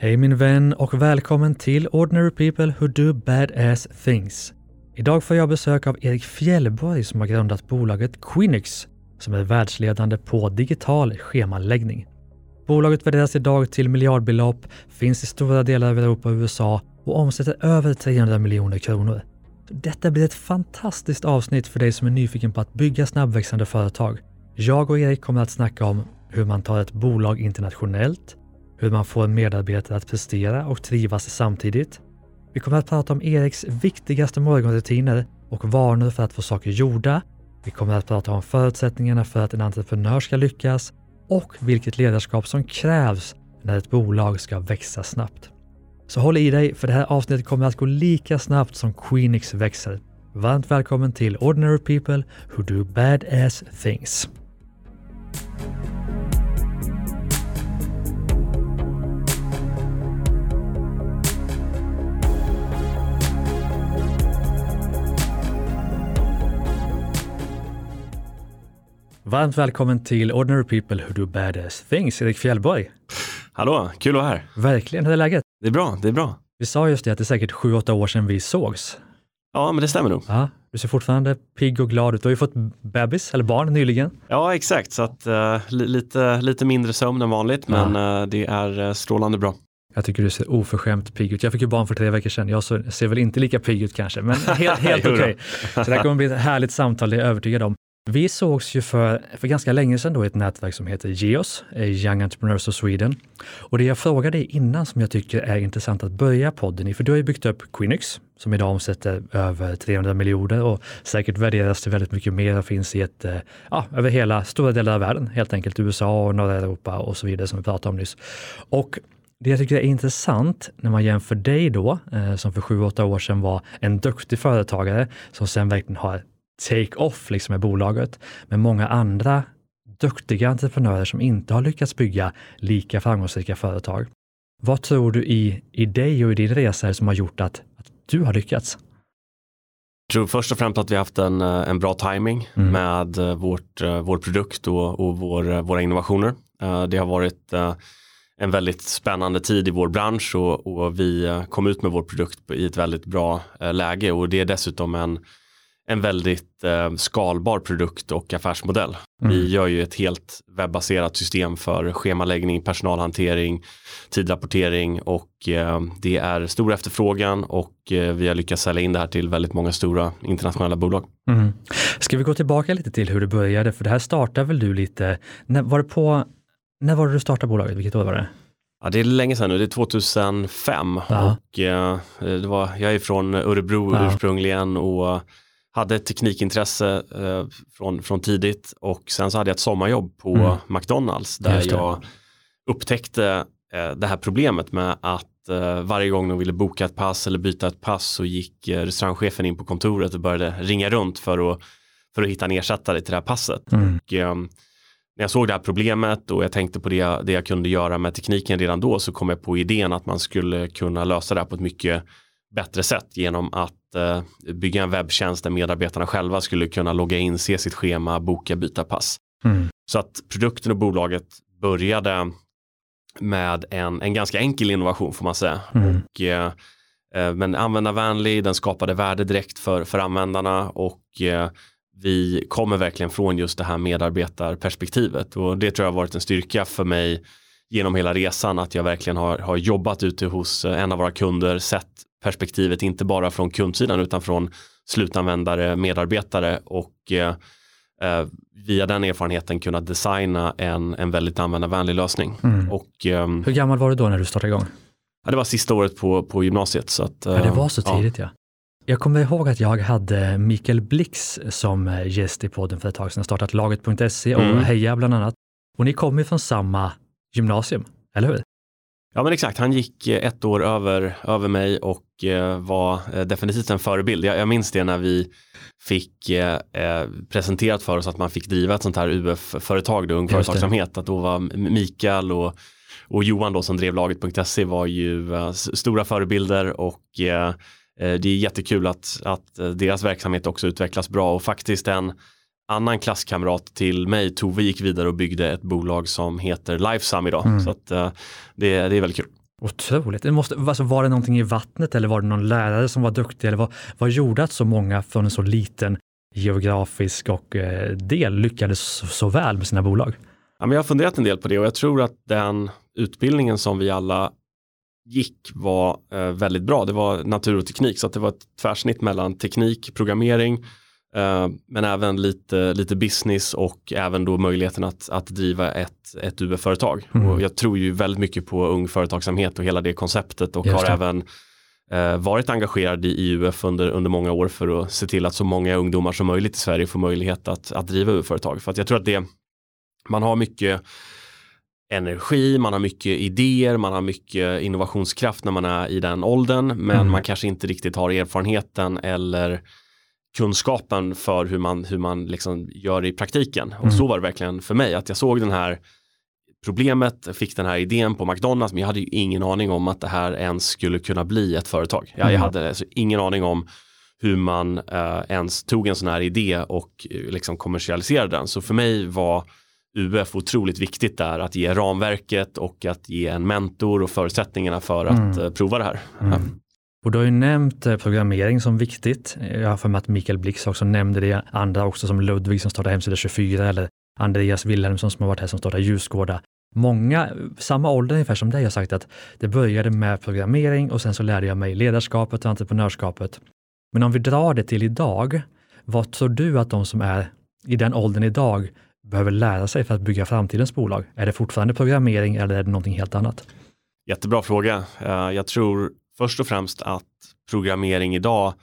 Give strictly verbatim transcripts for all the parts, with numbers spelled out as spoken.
Hej min vän och välkommen till Ordinary People Who Do Badass Things. Idag får jag besök av Erik Fjällborg som har grundat bolaget Quinix som är världsledande på digital schemaläggning. Bolaget värderas idag till miljardbelopp, finns i stora delar av Europa och U S A och omsätter över trehundra miljoner kronor. Så detta blir ett fantastiskt avsnitt för dig som är nyfiken på att bygga snabbväxande företag. Jag och Erik kommer att snacka om hur man tar ett bolag internationellt, hur man får medarbetare att prestera och trivas samtidigt. Vi kommer att prata om Eriks viktigaste morgonrutiner och vanor för att få saker gjorda. Vi kommer att prata om förutsättningarna för att en entreprenör ska lyckas och vilket ledarskap som krävs när ett bolag ska växa snabbt. Så håll i dig för det här avsnittet kommer att gå lika snabbt som Quinix växer. Varmt välkommen till Ordinary People Who Do Badass Things. Varmt välkommen till Ordinary People Who Do Badass Things, Erik Fjällborg. Hallå, kul att vara här. Verkligen, hur är läget? Det är bra, det är bra. Vi sa just det att det är säkert sju åtta år sedan vi sågs. Ja, men det stämmer nog. Ja, du ser fortfarande pigg och glad ut. Du har ju fått bebis, eller barn, nyligen. Ja, exakt. Så att, uh, li- lite, lite mindre sömn än vanligt, ja. men uh, det är uh, strålande bra. Jag tycker du ser oförskämt pigg ut. Jag fick ju barn för tre veckor sedan. Jag ser väl inte lika pigg ut kanske, men helt, helt okej. Okay. Så det här kommer bli ett härligt samtal, det är jag övertygad om. Vi sågs ju för, för ganska länge sedan då i ett nätverk som heter Geos, Young Entrepreneurs of Sweden. Och det jag frågade dig innan som jag tycker är intressant att börja podden i, för du har ju byggt upp Quinix som idag omsätter över trehundra miljoner och säkert värderas till väldigt mycket mer och finns i ett, ja, över hela stora delar av världen, helt enkelt U S A och norra Europa och så vidare som vi pratade om nyss. Och det jag tycker är intressant när man jämför dig då, eh, som för sju åtta år sedan var en duktig företagare som sen verkligen har take-off liksom med bolaget, med många andra duktiga entreprenörer som inte har lyckats bygga lika framgångsrika företag. Vad tror du i, i dig och i din resa som har gjort att, att du har lyckats? Jag tror först och främst att vi har haft en, en bra timing mm. med vårt, vår produkt och, och vår, våra innovationer. Det har varit en väldigt spännande tid i vår bransch och, och vi kom ut med vår produkt i ett väldigt bra läge och det är dessutom en en väldigt eh, skalbar produkt och affärsmodell. Mm. Vi gör ju ett helt webbaserat system för schemaläggning, personalhantering, tidrapportering och eh, det är stor efterfrågan och eh, vi har lyckats sälja in det här till väldigt många stora internationella bolag. Mm. Ska vi gå tillbaka lite till hur det började? För det här startade väl du lite, när var det på, när var det du startade bolaget? Vilket år var det? Ja, det är länge sedan nu, det är tjugohundrafem ja. och eh, det var, jag är från Örebro ja. ursprungligen och hade ett teknikintresse eh, från, från tidigt och sen så hade jag ett sommarjobb på mm. McDonalds där jag upptäckte eh, det här problemet med att eh, varje gång de ville boka ett pass eller byta ett pass så gick eh, restaurangchefen in på kontoret och började ringa runt för att, för att hitta en ersättare till det här passet. Mm. Och, eh, när jag såg det här problemet och jag tänkte på det, det jag kunde göra med tekniken redan då så kom jag på idén att man skulle kunna lösa det här på ett mycket bättre sätt genom att uh, bygga en webbtjänst där medarbetarna själva skulle kunna logga in, se sitt schema, boka, byta pass. Mm. Så att produkten och bolaget började med en, en ganska enkel innovation får man säga. Mm. Och, uh, uh, men användarvänlig, den skapade värde direkt för, för användarna och uh, vi kommer verkligen från just det här medarbetarperspektivet och det tror jag har varit en styrka för mig genom hela resan att jag verkligen har, har jobbat ute hos en av våra kunder, sett perspektivet inte bara från kundsidan utan från slutanvändare, medarbetare och eh, via den erfarenheten kunna designa en, en väldigt användarvänlig lösning. Mm. Och, eh, Hur gammal var du då när du startade igång? Ja, det var sista året på, på gymnasiet. Så att, eh, ja, det var så tidigt ja. ja. Jag kommer ihåg att jag hade Mikael Blix som gäst i podden för ett tag sedan, startat laget punkt se och mm. Heja bland annat. Och ni kom ju från samma gymnasium, eller hur? Ja men exakt, han gick ett år över, över mig och eh, var eh, definitivt en förebild. Jag, jag minns det när vi fick eh, presenterat för oss att man fick driva ett sånt här U F-företag, då, ung företagsamhet. Att då var Mikael och, och Johan då som drev laget punkt se var ju eh, stora förebilder och eh, det är jättekul att, att deras verksamhet också utvecklas bra och faktiskt en annan klasskamrat till mig, Tove, gick vidare och byggde ett bolag som heter Lifesum idag. Mm. Så att, uh, det, det är väldigt kul. Otroligt. Det måste, alltså var det någonting i vattnet eller var det någon lärare som var duktig? Eller vad, vad gjorde att så många från en så liten geografisk och eh, del lyckades så, så väl med sina bolag? Ja, men jag har funderat en del på det och jag tror att den utbildningen som vi alla gick var eh, väldigt bra. Det var natur och teknik, så att det var ett tvärsnitt mellan teknik, programmering, eh, men även lite, lite business och även då möjligheten att, att driva ett, ett U F-företag. Mm. Och jag tror ju väldigt mycket på ung företagsamhet och hela det konceptet och har även eh, varit engagerad i, i U F under, under många år för att se till att så många ungdomar som möjligt i Sverige får möjlighet att, att driva U F-företag. För att jag tror att det, man har mycket energi, man har mycket idéer, man har mycket innovationskraft när man är i den åldern, men mm. man kanske inte riktigt har erfarenheten eller kunskapen för hur man, hur man liksom gör det i praktiken. Och mm. så var det verkligen för mig, att jag såg den här problemet, fick den här idén på McDonalds, men jag hade ju ingen aning om att det här ens skulle kunna bli ett företag. Jag, mm. jag hade alltså ingen aning om hur man uh, ens tog en sån här idé och uh, liksom kommersialiserade den. Så för mig var U F otroligt viktigt där, att ge ramverket och att ge en mentor och förutsättningarna för att mm. uh, prova det här. Mm. Ja. Och du har ju nämnt uh, programmering som viktigt. Jag har för mig att Mikael Blix också nämnde det, andra också som Ludvig som startar Hemsida tjugofyra eller Andreas Wilhelmsson som har varit här som startar Ljusgårda. Många, samma ålder ungefär som dig, har sagt att det började med programmering och sen så lärde jag mig ledarskapet och entreprenörskapet. Men om vi drar det till idag, vad tror du att de som är i den åldern idag behöver lära sig för att bygga framtidens bolag? Är det fortfarande programmering eller är det någonting helt annat? Jättebra fråga. Jag tror först och främst att programmering idag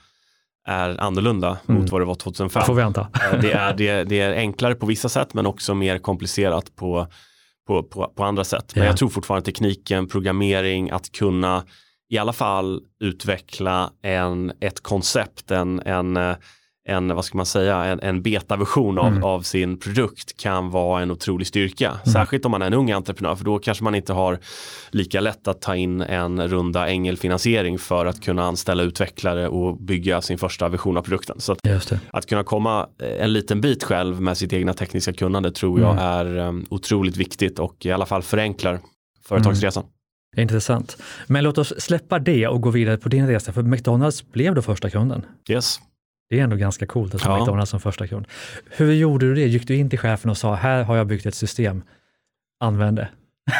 är annorlunda mm. mot vad det var tjugohundrafem. Får vi anta. det, är, det, det är enklare på vissa sätt men också mer komplicerat på, på, på, på andra sätt. Men ja. jag tror fortfarande tekniken, programmering, att kunna i alla fall utveckla en, ett koncept, en, en, en, vad ska man säga, en, en betaversion av, mm. av sin produkt kan vara en otrolig styrka. Mm. Särskilt om man är en ung entreprenör, för då kanske man inte har lika lätt att ta in en runda ängelfinansiering för att kunna anställa utvecklare och bygga sin första version av produkten. Så att, Just det. att kunna komma en liten bit själv med sitt egna tekniska kunnande tror jag mm. är um, otroligt viktigt och i alla fall förenklar företagsresan. Mm. Intressant. Men låt oss släppa det och gå vidare på din resa, för McDonalds blev då första kunden. Yes. Det är ändå ganska coolt att ha ja. McDonalds som första kund. Hur gjorde du det? Gick du in till chefen och sa, här har jag byggt ett system, använd det?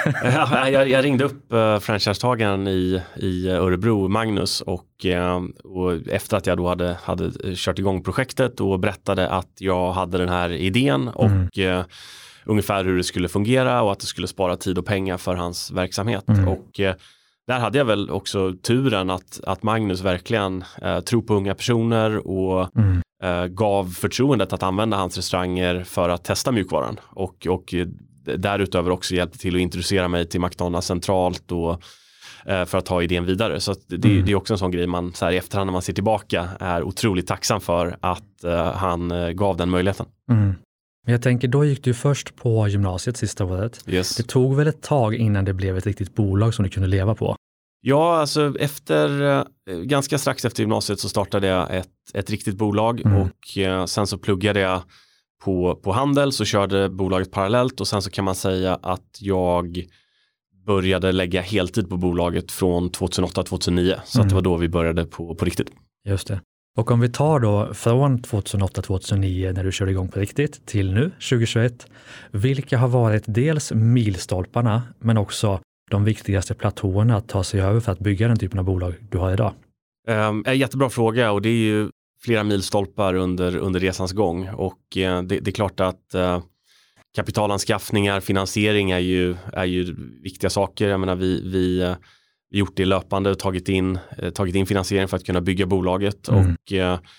ja, jag, jag ringde upp uh, franchisetagaren i, i Örebro, Magnus, och, uh, och efter att jag då hade, hade kört igång projektet och berättade att jag hade den här idén och mm. uh, ungefär hur det skulle fungera och att det skulle spara tid och pengar för hans verksamhet. Mm. Och uh, där hade jag väl också turen att, att Magnus verkligen uh, tror på unga personer och mm. uh, gav förtroendet att använda hans restauranger för att testa mjukvaran. Och, och därutöver också hjälpte till att introducera mig till McDonalds centralt och uh, för att ta idén vidare. Så att det, mm. det är också en sån grej man så här, i efterhand när man ser tillbaka är otroligt tacksam för att uh, han uh, gav den möjligheten. Mm. Jag tänker, då gick du först på gymnasiet sista året. Yes. Det tog väl ett tag innan det blev ett riktigt bolag som du kunde leva på? Ja, alltså efter, ganska strax efter gymnasiet så startade jag ett, ett riktigt bolag mm. och eh, sen så pluggade jag på, på handel, så körde bolaget parallellt och sen så kan man säga att jag började lägga heltid på bolaget från tjugohundraåtta tjugohundranio. Så mm. att det var då vi började på, på riktigt. Just det. Och om vi tar då från tjugohundraåtta tjugohundranio när du körde igång på riktigt till nu tjugohundratjugoett, vilka har varit dels milstolparna men också de viktigaste platåerna att ta sig över för att bygga den typen av bolag du har idag? Um, en jättebra fråga, och det är ju flera milstolpar under, under resans gång, och uh, det, det är klart att uh, kapitalanskaffningar, finansiering är ju, är ju viktiga saker. Jag menar, vi, vi uh, gjort det löpande och tagit in, uh, tagit in finansiering för att kunna bygga bolaget mm. och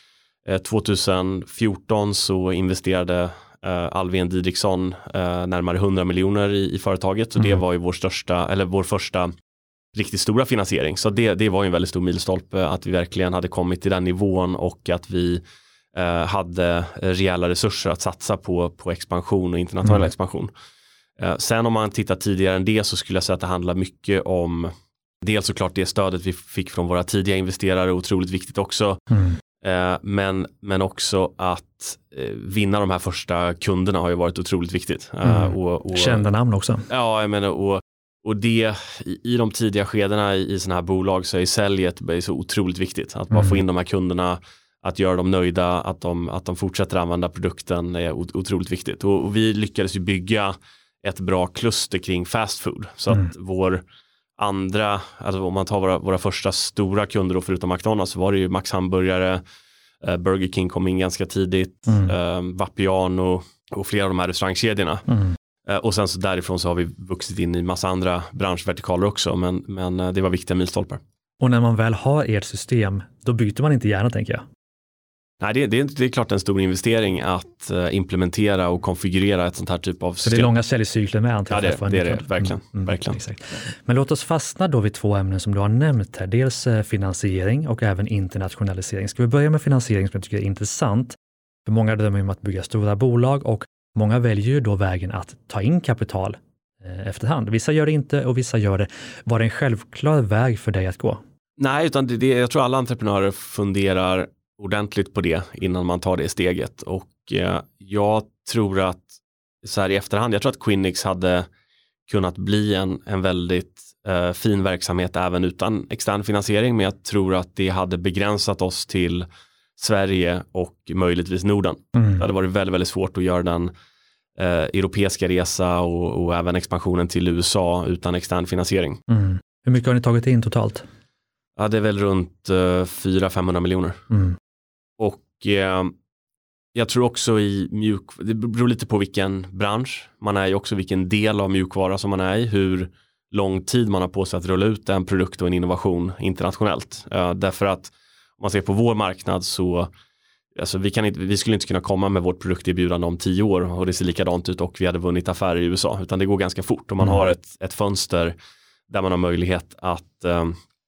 uh, tjugohundrafjorton så investerade Uh, Alvin Didriksson uh, närmare hundra miljoner i, i företaget, så mm. det var ju vår största, eller vår första riktigt stora finansiering, så det, det var ju en väldigt stor milstolpe att vi verkligen hade kommit till den nivån och att vi uh, hade rejäla resurser att satsa på, på expansion och internationell mm. expansion. Uh, sen om man tittar tidigare än det så skulle jag säga att det handlar mycket om dels såklart det stödet vi fick från våra tidiga investerare, otroligt viktigt också. Mm. Men, men också att vinna de här första kunderna har ju varit otroligt viktigt. Mm. Och, och, kända namn också. Ja, jag menar, och Och det, i, i de tidiga skedena i, i sådana här bolag så är säljet är så otroligt viktigt. Att bara mm. få in de här kunderna, att göra dem nöjda, att de, att de fortsätter använda produkten är otroligt viktigt. Och, och vi lyckades ju bygga ett bra kluster kring fast food. Så mm. att vår andra, alltså om man tar våra, våra första stora kunder då, förutom McDonalds, så var det ju Max Hamburgare, eh, Burger King kom in ganska tidigt, mm. eh, Vapiano och flera av de här restaurangkedjorna. Mm. Eh, och sen så därifrån så har vi vuxit in i massa andra branschvertikaler också, men, men eh, det var viktiga milstolpar. Och när man väl har ert system, då byter man inte gärna, tänker jag. Nej, det, det, det är klart en stor investering att uh, implementera och konfigurera ett sånt här typ av system. Så det är långa säljcykler med antal. Ja, det, det är det, verkligen. Mm, mm, verkligen. Exakt. Men låt oss fastna då vid två ämnen som du har nämnt här. Dels uh, finansiering och även internationalisering. Ska vi börja med finansiering som jag tycker är intressant? För många drömmer om att bygga stora bolag och många väljer ju då vägen att ta in kapital uh, efterhand. Vissa gör det inte och vissa gör det. Var det en självklar väg för dig att gå? Nej, utan det, det, jag tror alla entreprenörer funderar ordentligt på det innan man tar det steget. Och eh, jag tror att så här i efterhand, jag tror att Quinix hade kunnat bli en, en väldigt eh, fin verksamhet även utan extern finansiering, men jag tror att det hade begränsat oss till Sverige och möjligtvis Norden. Mm. Det hade varit väldigt, väldigt svårt att göra den eh, europeiska resa och, och även expansionen till U S A utan extern finansiering. Mm. Hur mycket har ni tagit in totalt? Ja, det är väl runt eh, fyra till femhundra miljoner. Mm. Och eh, jag tror också i mjuk, det beror lite på vilken bransch man är i, också vilken del av mjukvara som man är i, hur lång tid man har på sig att rulla ut en produkt och en innovation internationellt. Eh, därför att om man ser på vår marknad så alltså vi, kan inte, vi skulle inte kunna komma med vårt produkterbjudande om tio år och det ser likadant ut och vi hade vunnit affärer i U S A, utan det går ganska fort och man mm. har ett, ett fönster där man har möjlighet att eh,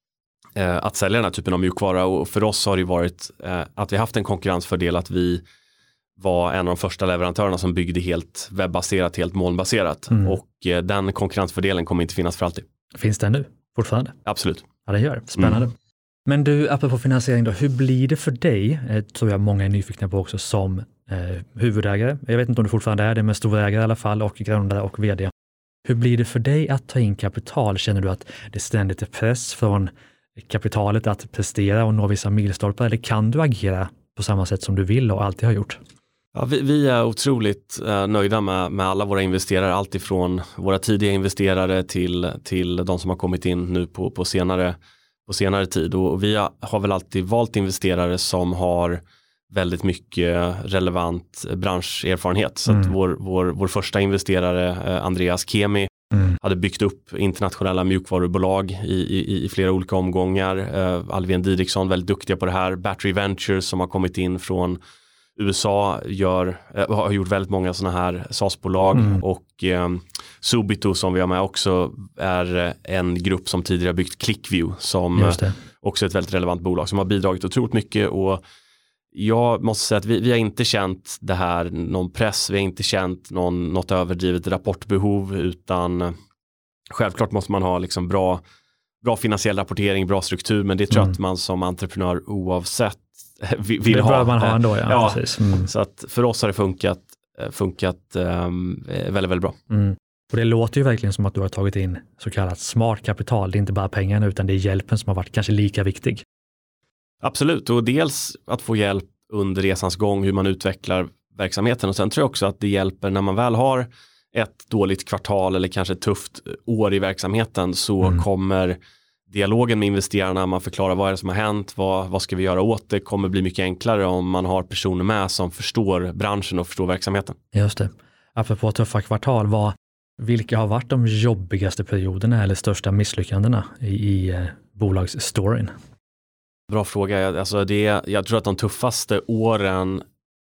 att sälja den här typen av mjukvara, och för oss har det varit eh, att vi haft en konkurrensfördel att vi var en av de första leverantörerna som byggde helt webbaserat, helt molnbaserat mm. och eh, den konkurrensfördelen kommer inte finnas för alltid. Finns den nu fortfarande? Absolut. Ja, det gör. Spännande. Mm. Men du, apropå finansiering då, hur blir det för dig, eh, tror jag många är nyfikna på också, som eh, huvudägare? Jag vet inte om du fortfarande är det, men storägare i alla fall och grundare och vd. Hur blir det för dig att ta in kapital? Känner du att det ständigt är press från kapitalet att prestera och nå vissa milstolpar, eller kan du agera på samma sätt som du vill och alltid har gjort? Ja, vi, vi är otroligt eh, nöjda med, med alla våra investerare, allt ifrån våra tidiga investerare till, till de som har kommit in nu på, på, senare, på senare tid, och, och vi har, har väl alltid valt investerare som har väldigt mycket relevant branscherfarenhet. Så mm. att vår, vår, vår första investerare, eh, Andreas Kemi, Mm. hade byggt upp internationella mjukvarubolag i, i, i flera olika omgångar. Uh, Alvin Didriksson, väldigt duktiga på det här. Battery Ventures som har kommit in från U S A gör, uh, har gjort väldigt många sådana här SaaS-bolag. Mm. Och um, Subito som vi har med också är en grupp som tidigare byggt ClickView som uh, också är ett väldigt relevant bolag som har bidragit otroligt mycket. Och jag måste säga att vi, vi har inte känt det här, någon press, vi har inte känt någon, något överdrivet rapportbehov, utan självklart måste man ha liksom bra, bra finansiell rapportering, bra struktur, men det tror jag mm. att man som entreprenör oavsett vill, vill det ha. Det man ha ändå, ja. ja precis. Mm. Så att för oss har det funkat, funkat um, väldigt, väldigt bra. Mm. Och det låter ju verkligen som att du har tagit in så kallat smart kapital. Det är inte bara pengarna utan det är hjälpen som har varit kanske lika viktig. Absolut, och dels att få hjälp under resans gång hur man utvecklar verksamheten, och sen tror jag också att det hjälper när man väl har ett dåligt kvartal eller kanske ett tufft år i verksamheten, så mm. kommer dialogen med investerarna, man förklarar vad är det som har hänt, vad, vad ska vi göra åt det, kommer bli mycket enklare om man har personer med som förstår branschen och förstår verksamheten. Just det. Apropå tuffa kvartal, vad, vilka har varit de jobbigaste perioderna eller största misslyckandena i, i eh, bolagsstoryn? Bra fråga. Alltså det, jag tror att de tuffaste åren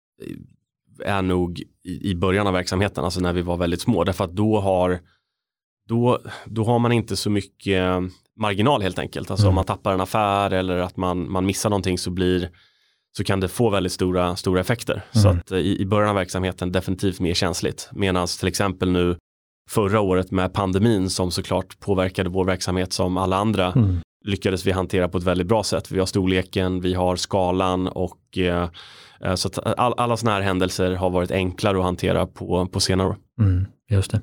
är nog i, i början av verksamheten, alltså när vi var väldigt små. Därför att då har, då, då har man inte så mycket marginal helt enkelt. Alltså mm. om man tappar en affär eller att man, man missar någonting, så, blir, så kan det få väldigt stora, stora effekter. Mm. Så att i, i början av verksamheten definitivt mer känsligt. Medan till exempel nu förra året med pandemin, som såklart påverkade vår verksamhet som alla andra, mm. lyckades vi hantera på ett väldigt bra sätt. Vi har storleken, vi har skalan, och eh, så att all, alla såna här händelser har varit enklare att hantera på, på senare år. Mm, just det.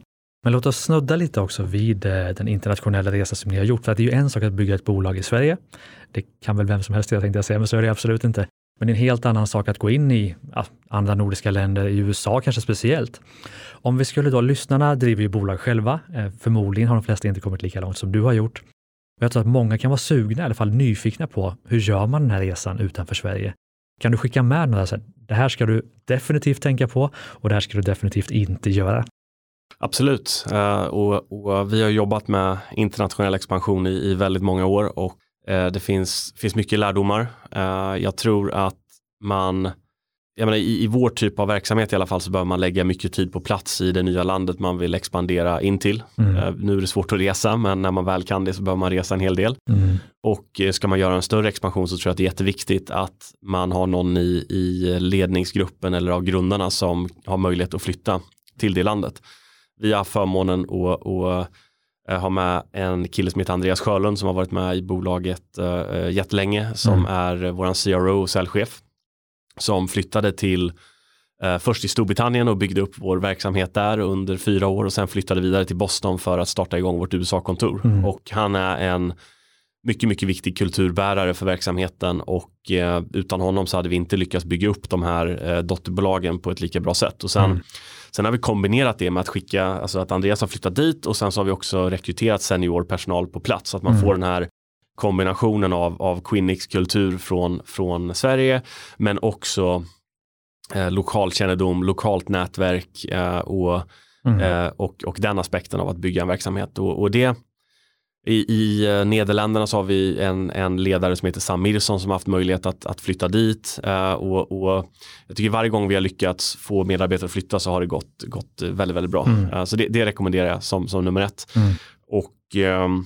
Men låt oss snudda lite också vid den internationella resan som ni har gjort. För att det är ju en sak att bygga ett bolag i Sverige. Det kan väl vem som helst, jag tänkte jag säga, men så är det absolut inte. Men det är en helt annan sak att gå in i ja, andra nordiska länder, i U S A kanske speciellt. Om vi skulle då, lyssnarna driver ju bolag själva. Förmodligen har de flesta inte kommit lika långt som du har gjort. Jag tror att många kan vara sugna, i alla fall nyfikna på hur gör man den här resan utanför Sverige. Kan du skicka med några så här, det här ska du definitivt tänka på och det här ska du definitivt inte göra? Absolut, uh, och, och vi har jobbat med internationell expansion i, i väldigt många år och uh, det finns, finns mycket lärdomar. Uh, jag tror att man, jag menar, i, i vår typ av verksamhet i alla fall så behöver man lägga mycket tid på plats i det nya landet man vill expandera in till. Mm. Uh, nu är det svårt att resa, men när man väl kan det så behöver man resa en hel del. Mm. Och uh, ska man göra en större expansion så tror jag att det är jätteviktigt att man har någon i, i ledningsgruppen eller av grundarna som har möjlighet att flytta till det landet. Vi har förmånen att, att, att ha med en kille som heter Andreas Sjölund som har varit med i bolaget uh, jättelänge, som mm. är våran C R O och säljchef, som flyttade till uh, först i Storbritannien och byggde upp vår verksamhet där under fyra år och sen flyttade vidare till Boston för att starta igång vårt U S A-kontor. Mm. Och han är en mycket, mycket viktig kulturbärare för verksamheten och uh, utan honom så hade vi inte lyckats bygga upp de här uh, dotterbolagen på ett lika bra sätt. Och sen mm. Sen har vi kombinerat det med att skicka, alltså att Andreas har flyttat dit och sen så har vi också rekryterat seniorpersonal på plats så att man mm. får den här kombinationen av, av Quinix kultur från, från Sverige men också eh, lokalkännedom, lokalt nätverk eh, och, mm. eh, och, och den aspekten av att bygga en verksamhet. Och, och det I, i Nederländerna så har vi en, en ledare som heter Sam Mirsson som har haft möjlighet att, att flytta dit uh, och, och jag tycker varje gång vi har lyckats få medarbetare att flytta så har det gått, gått väldigt, väldigt bra. Mm. Uh, så det, det rekommenderar jag som, som nummer ett. Mm. Och um,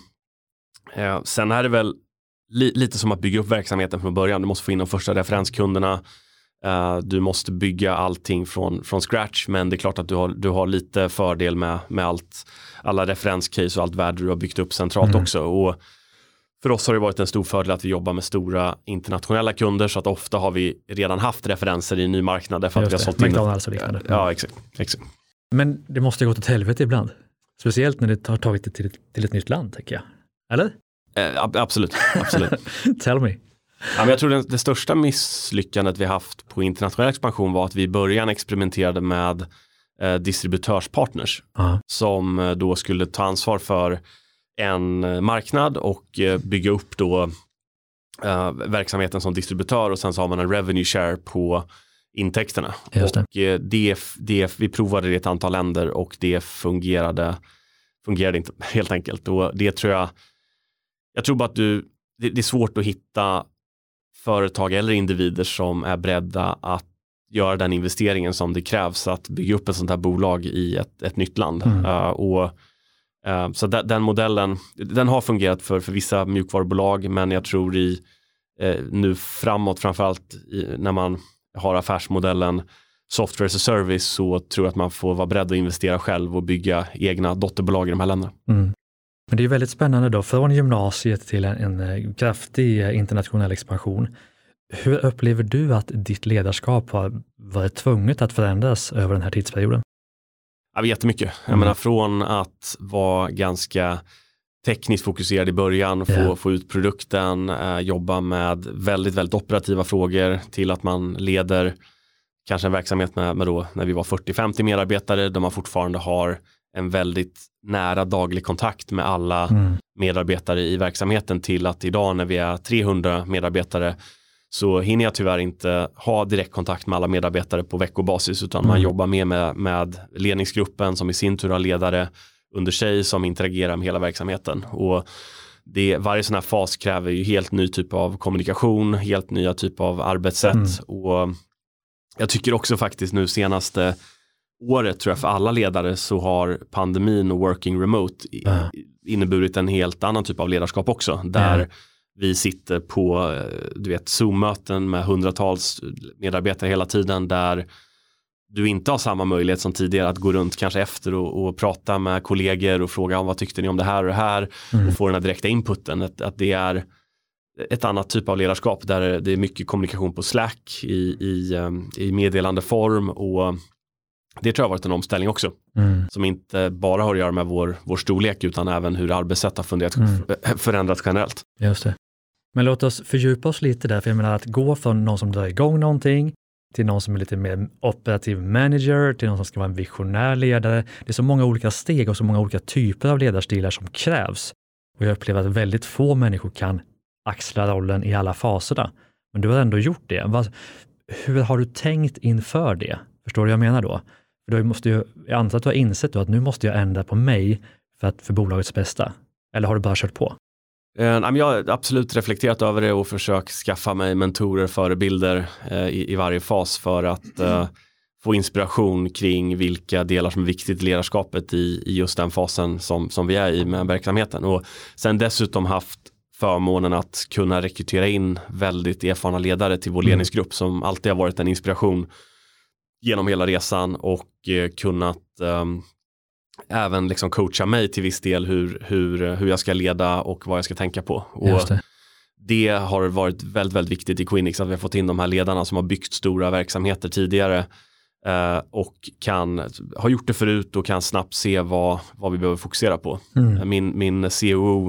uh, sen är det väl li, lite som att bygga upp verksamheten från början. Du måste få in de första referenskunderna. Uh, du måste bygga allting från, från scratch, men det är klart att du har, du har lite fördel med, med allt, alla referenscase och allt värde du har byggt upp centralt mm. också. Och för oss har det varit en stor fördel att vi jobbar med stora internationella kunder så att ofta har vi redan haft referenser i en ny marknad därför att vi har sålt in. McDonald's och liknande. Ja, exakt, exakt. Men det måste gå åt helvete ibland. Speciellt när det har tagit det till, till ett nytt land, tänker jag. Eller? Uh, absolut, absolut. Tell me. Ja, men jag tror det, det största misslyckandet vi haft på internationell expansion var att vi i början experimenterade med eh, distributörspartners uh-huh. som eh, då skulle ta ansvar för en eh, marknad och eh, bygga upp då eh, verksamheten som distributör och sen så har man en revenue share på intäkterna. Just det. Och eh, det, det, vi provade det i ett antal länder och det fungerade, fungerade inte helt enkelt. Och det tror jag, jag tror bara att du, det, det är svårt att hitta företag eller individer som är beredda att göra den investeringen som det krävs att bygga upp ett sånt här bolag i ett, ett nytt land. Mm. Uh, och, uh, så de, den modellen, den har fungerat för, för vissa mjukvarubolag, men jag tror i uh, nu framåt, framförallt i, när man har affärsmodellen software as a service, så tror jag att man får vara beredd att investera själv och bygga egna dotterbolag i de här länderna. Mm. Men det är väldigt spännande då, från gymnasiet till en, en kraftig internationell expansion. Hur upplever du att ditt ledarskap har varit tvunget att förändras över den här tidsperioden? Ja, jättemycket. Jag mm. menar, från att vara ganska tekniskt fokuserad i början, få, yeah. få ut produkten, eh, jobba med väldigt, väldigt operativa frågor till att man leder kanske en verksamhet med, med då, när vi var fyrtio till femtio medarbetare, där man fortfarande har en väldigt nära daglig kontakt med alla mm. medarbetare i verksamheten, till att idag när vi är trehundra medarbetare så hinner jag tyvärr inte ha direktkontakt med alla medarbetare på veckobasis, utan mm. man jobbar mer med, med ledningsgruppen som i sin tur har ledare under sig som interagerar med hela verksamheten. Och det, varje sån här fas kräver ju helt ny typ av kommunikation, helt nya typ av arbetssätt. Mm. Och jag tycker också faktiskt nu senaste året, tror jag, för alla ledare så har pandemin och working remote mm. inneburit en helt annan typ av ledarskap också. Där mm. vi sitter på, du vet, Zoom-möten med hundratals medarbetare hela tiden, där du inte har samma möjlighet som tidigare att gå runt kanske efter och, och prata med kollegor och fråga om vad tyckte ni om det här och det här mm. och få den här direkta inputen. Att, att det är ett annat typ av ledarskap där det är mycket kommunikation på Slack i, i, i meddelande form, och det tror jag har varit en omställning också. Mm. Som inte bara har att göra med vår, vår storlek utan även hur arbetssätt har funderat, Mm. förändrats generellt. Just det. Men låt oss fördjupa oss lite där, för jag menar att gå från någon som drar igång någonting till någon som är lite mer operativ manager, till någon som ska vara en visionär ledare. Det är så många olika steg och så många olika typer av ledarstilar som krävs. Och jag upplever att väldigt få människor kan axla rollen i alla faserna. Men du har ändå gjort det. Vad, hur har du tänkt inför det? Förstår du vad jag menar då? För då måste ju, jag antar att du har insett då att nu måste jag ändra på mig för, att, för bolagets bästa. Eller har du bara kört på? Jag har absolut reflekterat över det och försökt skaffa mig mentorer, förebilder eh, i, i varje fas för att eh, få inspiration kring vilka delar som är viktigt i ledarskapet i, i just den fasen som, som vi är i med verksamheten. Och sen dessutom haft förmånen att kunna rekrytera in väldigt erfarna ledare till vår Mm. ledningsgrupp som alltid har varit en inspiration genom hela resan och eh, kunnat eh, även liksom coacha mig till viss del hur, hur, hur jag ska leda och vad jag ska tänka på. Och Just det. det har varit väldigt, väldigt viktigt i Quinix att vi har fått in de här ledarna som har byggt stora verksamheter tidigare eh, och kan, har gjort det förut och kan snabbt se vad, vad vi behöver fokusera på. Mm. Min, min C O O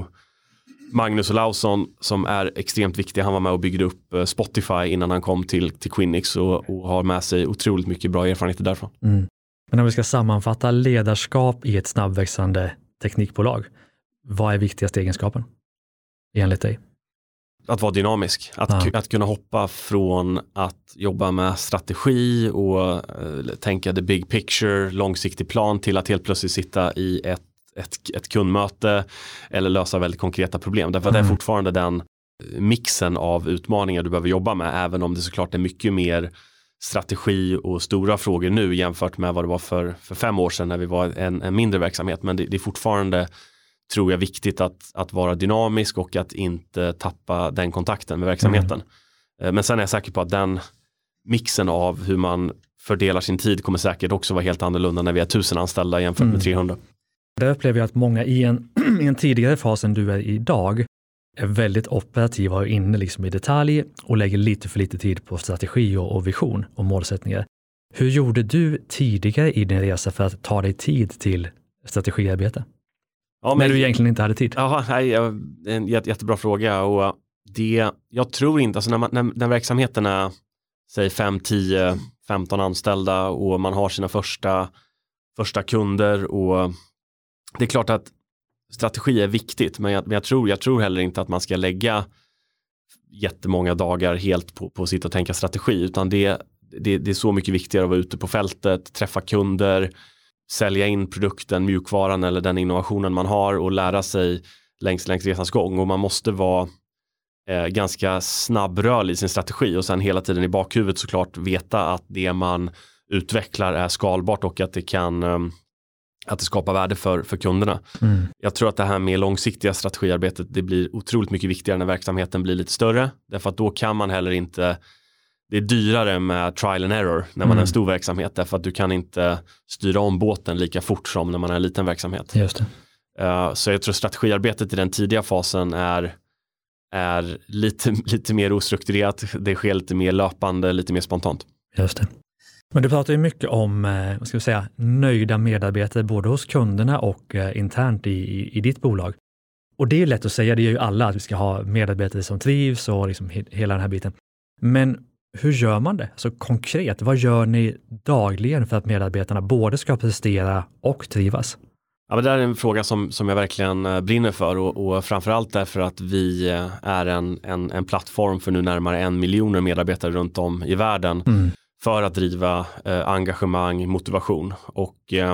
Magnus Olausson som är extremt viktig, han var med och byggde upp eh, Spotify innan han kom till, till Quinix och, och har med sig otroligt mycket bra erfarenheter därifrån. Mm. Men om vi ska sammanfatta ledarskap i ett snabbväxande teknikbolag, vad är viktigaste egenskapen enligt dig? Att vara dynamisk, att, Ja. att kunna hoppa från att jobba med strategi och uh, tänka the big picture, långsiktig plan till att helt plötsligt sitta i ett, ett, ett kundmöte eller lösa väldigt konkreta problem. Därför att Mm. det är fortfarande den mixen av utmaningar du behöver jobba med, även om det såklart är mycket mer strategi och stora frågor nu jämfört med vad det var för, för fem år sedan när vi var en, en mindre verksamhet. Men det, det är fortfarande, tror jag, viktigt att, att vara dynamisk och att inte tappa den kontakten med verksamheten. Mm. Men sen är jag säker på att den mixen av hur man fördelar sin tid kommer säkert också vara helt annorlunda när vi är tusen anställda jämfört Mm. med trehundra. Där upplever jag att många i en, i en tidigare fas än du är idag är väldigt operativa och inne liksom i detalj och lägger lite för lite tid på strategi och, och vision och målsättningar. Hur gjorde du tidigare i din resa för att ta dig tid till strategiarbete? Ja, men när du egentligen inte hade tid? Ja, nej, en jätte, jättebra fråga. Och det, jag tror inte, alltså när, man, när, när verksamheten är säg fem, tio, femton anställda och man har sina första, första kunder och det är klart att strategi är viktigt, men jag, men jag, tror, jag tror heller inte att man ska lägga jättemånga dagar helt på, på att sitta och tänka strategi, utan det, det, det är så mycket viktigare att vara ute på fältet, träffa kunder, sälja in produkten, mjukvaran eller den innovationen man har och lära sig längs, längs resans gång. Och man måste vara eh, ganska snabbrörlig i sin strategi och sen hela tiden i bakhuvudet såklart veta att det man utvecklar är skalbart och att det kan eh, att det skapar värde för, för kunderna. Mm. Jag tror att det här med långsiktiga strategiarbetet, det blir otroligt mycket viktigare när verksamheten blir lite större. Därför att då kan man heller inte, det är dyrare med trial and error när man Mm. är en stor verksamhet. Därför att du kan inte styra om båten lika fort som när man är en liten verksamhet. Just det. Uh, så jag tror strategiarbetet i den tidiga fasen är, är lite, lite mer ostrukturerat. Det sker lite mer löpande, lite mer spontant. Just det. Men du pratar ju mycket om eh, vad ska vi säga, nöjda medarbetare både hos kunderna och eh, internt i, i, i ditt bolag. Och det är ju lätt att säga, det gör ju alla, att vi ska ha medarbetare som trivs och liksom he, hela den här biten. Men hur gör man det? Alltså konkret, vad gör ni dagligen för att medarbetarna både ska prestera och trivas? Ja, men det är en fråga som, som jag verkligen brinner för och, och framförallt därför att vi är en, en, en plattform för nu närmare en miljon medarbetare runt om i världen. Mm. För att driva eh, engagemang, motivation. Och eh,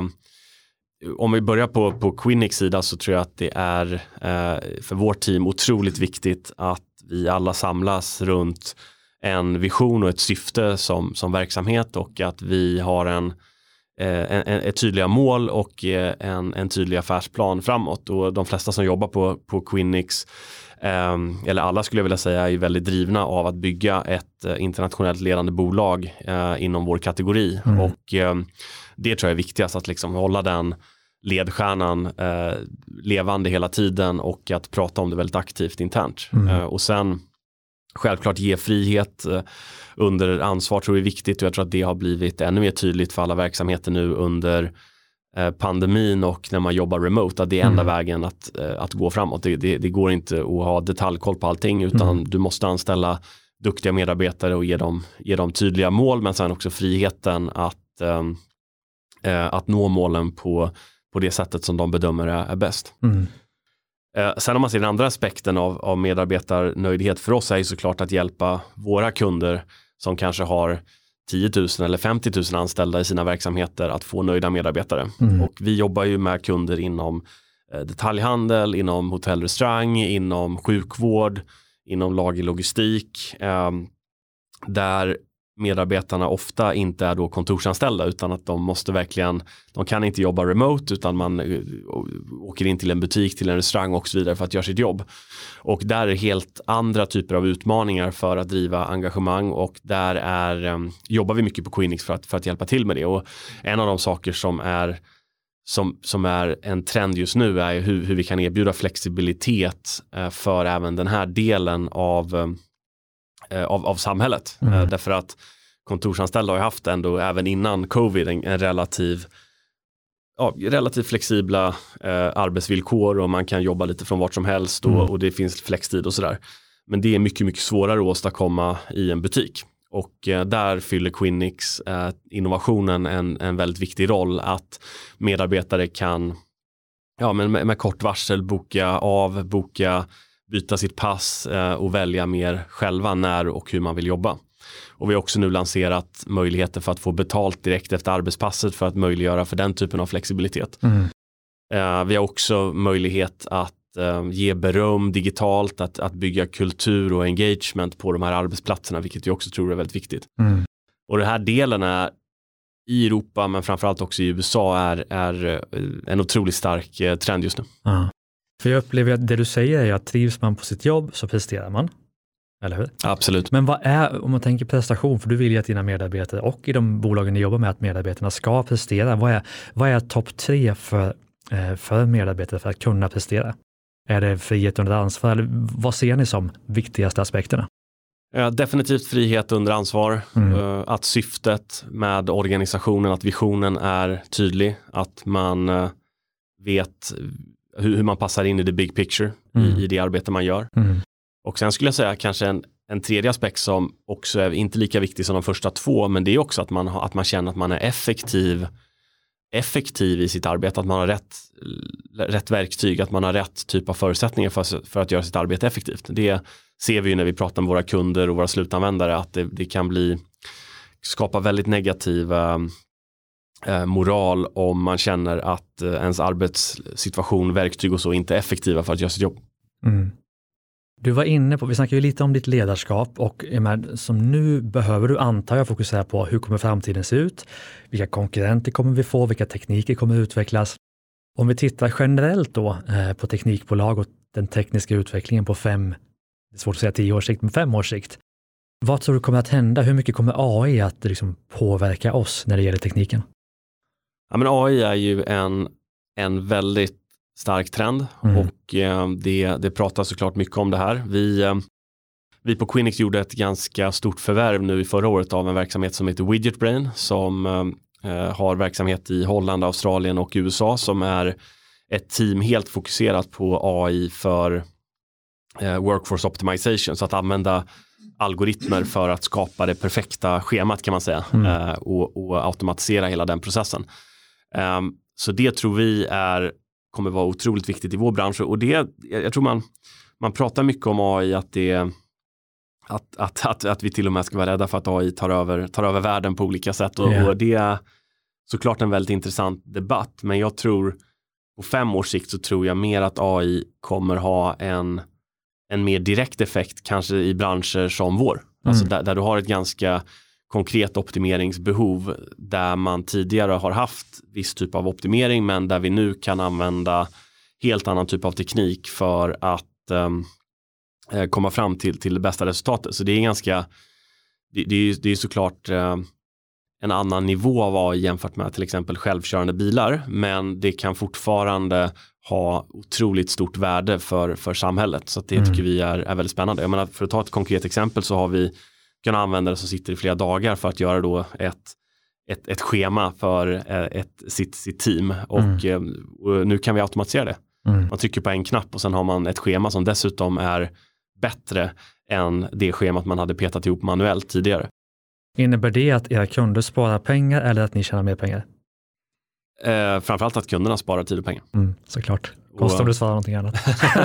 om vi börjar på, på Quinix sida så tror jag att det är eh, för vårt team otroligt viktigt att vi alla samlas runt en vision och ett syfte som, som verksamhet och att vi har en, eh, en, en, ett tydliga mål och eh, en, en tydlig affärsplan framåt. Och de flesta som jobbar på, på Quinix Um, eller alla skulle jag vilja säga är väldigt drivna av att bygga ett uh, internationellt ledande bolag uh, inom vår kategori mm. och um, det tror jag är viktigast att liksom hålla den ledstjärnan uh, levande hela tiden och att prata om det väldigt aktivt internt mm. uh, och sen Självklart ge frihet under ansvar tror jag är viktigt, och jag tror att det har blivit ännu mer tydligt för alla verksamheter nu under pandemin och när man jobbar remote, att det är enda mm. vägen att, att gå framåt. Det, det, det går inte att ha detaljkoll på allting, utan mm. du måste anställa duktiga medarbetare och ge dem, ge dem tydliga mål, men sen också friheten att, äh, att nå målen på, på det sättet som de bedömer är, är bäst. Mm. Äh, sen om man ser den andra aspekten av, av medarbetarnöjdhet för oss är ju såklart att hjälpa våra kunder som kanske har tio tusen eller femtio tusen anställda i sina verksamheter att få nöjda medarbetare. Mm. Och vi jobbar ju med kunder inom eh, detaljhandel, inom hotellrestaurang, inom sjukvård, inom lagerlogistik, eh, där medarbetarna ofta inte är då kontorsanställda, utan att de måste verkligen, de kan inte jobba remote, utan man uh, åker in till en butik, till en restaurang och så vidare för att göra sitt jobb. Och där är helt andra typer av utmaningar för att driva engagemang, och där är, um, jobbar vi mycket på Quinix för att, för att hjälpa till med det. Och en av de saker som är Som, som är en trend just nu är hur, hur vi kan erbjuda flexibilitet uh, för även den här delen av um, Av, av samhället. Mm. Uh, därför att kontorsanställda har haft ändå även innan covid en, en relativ ja, relativt flexibla uh, arbetsvillkor, och man kan jobba lite från vart som helst och, mm. och det finns flextid och sådär. Men det är mycket, mycket svårare att åstadkomma i en butik. Och uh, där fyller Quinix uh, innovationen en, en väldigt viktig roll, att medarbetare kan ja, men med, med kort varsel boka av, boka byta sitt pass eh, och välja mer själva när och hur man vill jobba. Och vi har också nu lanserat möjligheter för att få betalt direkt efter arbetspasset för att möjliggöra för den typen av flexibilitet. Mm. Eh, vi har också möjlighet att eh, ge beröm digitalt, att, att bygga kultur och engagement på de här arbetsplatserna, vilket jag också tror är väldigt viktigt. Mm. Och den här delen är i Europa, men framförallt också i U S A, är, är en otroligt stark eh, trend just nu. Mm. För jag upplever att det du säger är att trivs man på sitt jobb så presterar man. Eller hur? Absolut. Men vad är, om man tänker prestation, för du vill ju att dina medarbetare och i de bolagen ni jobbar med att medarbetarna ska prestera. Vad är, vad är topp tre för, för medarbetare för att kunna prestera? Är det frihet under ansvar? Eller vad ser ni som viktigaste aspekterna? Ja, definitivt frihet under ansvar. Mm. Att syftet med organisationen, att visionen är tydlig. Att man vet hur man passar in i the big picture mm. i, i det arbete man gör. Mm. Och sen skulle jag säga kanske en, en tredje aspekt som också är inte lika viktig som de första två, men det är också att man, att man känner att man är effektiv effektiv i sitt arbete, att man har rätt, rätt verktyg, att man har rätt typ av förutsättningar för, för att göra sitt arbete effektivt. Det ser vi ju när vi pratar med våra kunder och våra slutanvändare, att det, det kan bli skapa väldigt negativa Eh, moral om man känner att eh, ens arbetssituation, verktyg och så inte är effektiva för att göra sitt jobb. Mm. Du var inne på, vi snackade ju lite om ditt ledarskap, och med, som nu behöver du, antar jag, fokusera på hur kommer framtiden se ut, vilka konkurrenter kommer vi få, vilka tekniker kommer utvecklas. Om vi tittar generellt då eh, på teknikbolag och den tekniska utvecklingen på fem, det är svårt att säga tio års sikt, men fem års sikt. Vad tror du kommer att hända? Hur mycket kommer A I att liksom påverka oss när det gäller tekniken? Ja, men A I är ju en, en väldigt stark trend mm. och eh, det, det pratas såklart mycket om det här. Vi, eh, vi på Quinix gjorde ett ganska stort förvärv nu i förra året av en verksamhet som heter WidgetBrain, som eh, har verksamhet i Holland, Australien och U S A, som är ett team helt fokuserat på A I för eh, workforce optimization, så att använda algoritmer för att skapa det perfekta schemat, kan man säga, mm. eh, och, och automatisera hela den processen. Um, så det tror vi är, kommer vara otroligt viktigt i vår bransch, och det, jag tror man, man pratar mycket om A I, att, det, att, att, att, att vi till och med ska vara rädda för att A I tar över, tar över världen på olika sätt, och, yeah. och det är såklart en väldigt intressant debatt, men jag tror på fem års sikt så tror jag mer att A I kommer ha en, en mer direkt effekt kanske i branscher som vår, mm. alltså där, där du har ett ganska konkret optimeringsbehov, där man tidigare har haft viss typ av optimering, men där vi nu kan använda helt annan typ av teknik för att um, komma fram till, till det bästa resultatet. Så det är ganska, det, det, är, det är såklart uh, en annan nivå av A I jämfört med till exempel självkörande bilar, men det kan fortfarande ha otroligt stort värde för, för samhället, så att det mm. tycker vi är, är väldigt spännande. Jag menar, för att ta ett konkret exempel så har vi kunnat använda det som sitter i flera dagar för att göra då ett, ett, ett schema för ett, sitt, sitt team och, mm. och nu kan vi automatisera det. Mm. Man trycker på en knapp och sen har man ett schema som dessutom är bättre än det schemat man hade petat ihop manuellt tidigare. Innebär det att era kunder sparar pengar eller att ni tjänar mer pengar? Eh, framförallt att kunderna sparar tid och pengar. Mm, såklart. Kostar om du svarar någonting annat.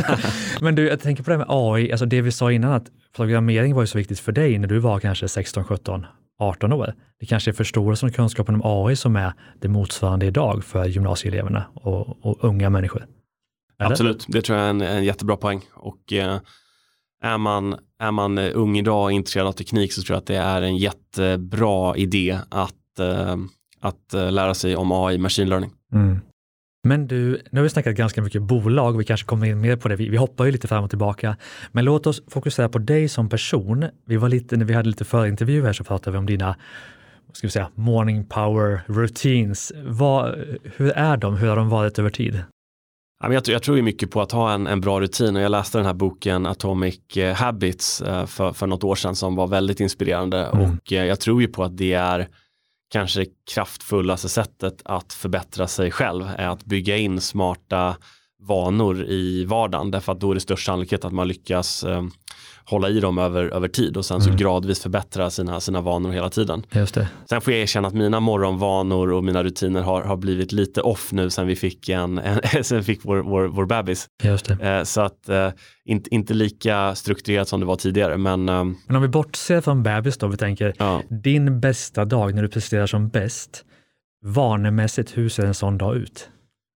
Men du, jag tänker på det med A I. Alltså det vi sa innan, att programmering var ju så viktigt för dig när du var kanske sexton, sjutton, arton år. Det kanske är förståelsen och kunskapen om A I som är det motsvarande idag för gymnasieeleverna och, och unga människor. Eller? Absolut, det tror jag är en, en jättebra poäng. Och eh, är, man, är man ung idag och intresserad av teknik så tror jag att det är en jättebra idé att, eh, att eh, lära sig om A I, machine learning. Mm. Men du, nu har vi snackat ganska mycket bolag, vi kanske kommer in mer på det, vi, vi hoppar ju lite fram och tillbaka. Men låt oss fokusera på dig som person. Vi var lite, när vi hade lite förintervju här så pratade vi om dina, vad ska vi säga, morning power routines. Vad, hur är de? Hur har de varit över tid? Jag tror, jag tror ju mycket på att ha en, en bra rutin, och jag läste den här boken Atomic Habits för, för något år sedan som var väldigt inspirerande mm. och jag tror ju på att det är kanske kraftfullaste sättet att förbättra sig själv är att bygga in smarta vanor i vardagen, därför att då är det störst sannolikhet att man lyckas eh, hålla i dem över, över tid och sen så mm. gradvis förbättra sina, sina vanor hela tiden. Just det. Sen får jag erkänna att mina morgonvanor och mina rutiner har, har blivit lite off nu sen vi fick, en, en, sen fick vår, vår, vår bebis. Just det. Eh, så att eh, inte, inte lika strukturerat som det var tidigare. Men, eh, men om vi bortser från bebis då, vi tänker ja. din bästa dag när du presterar som bäst, vanemässigt, hur ser en sån dag ut?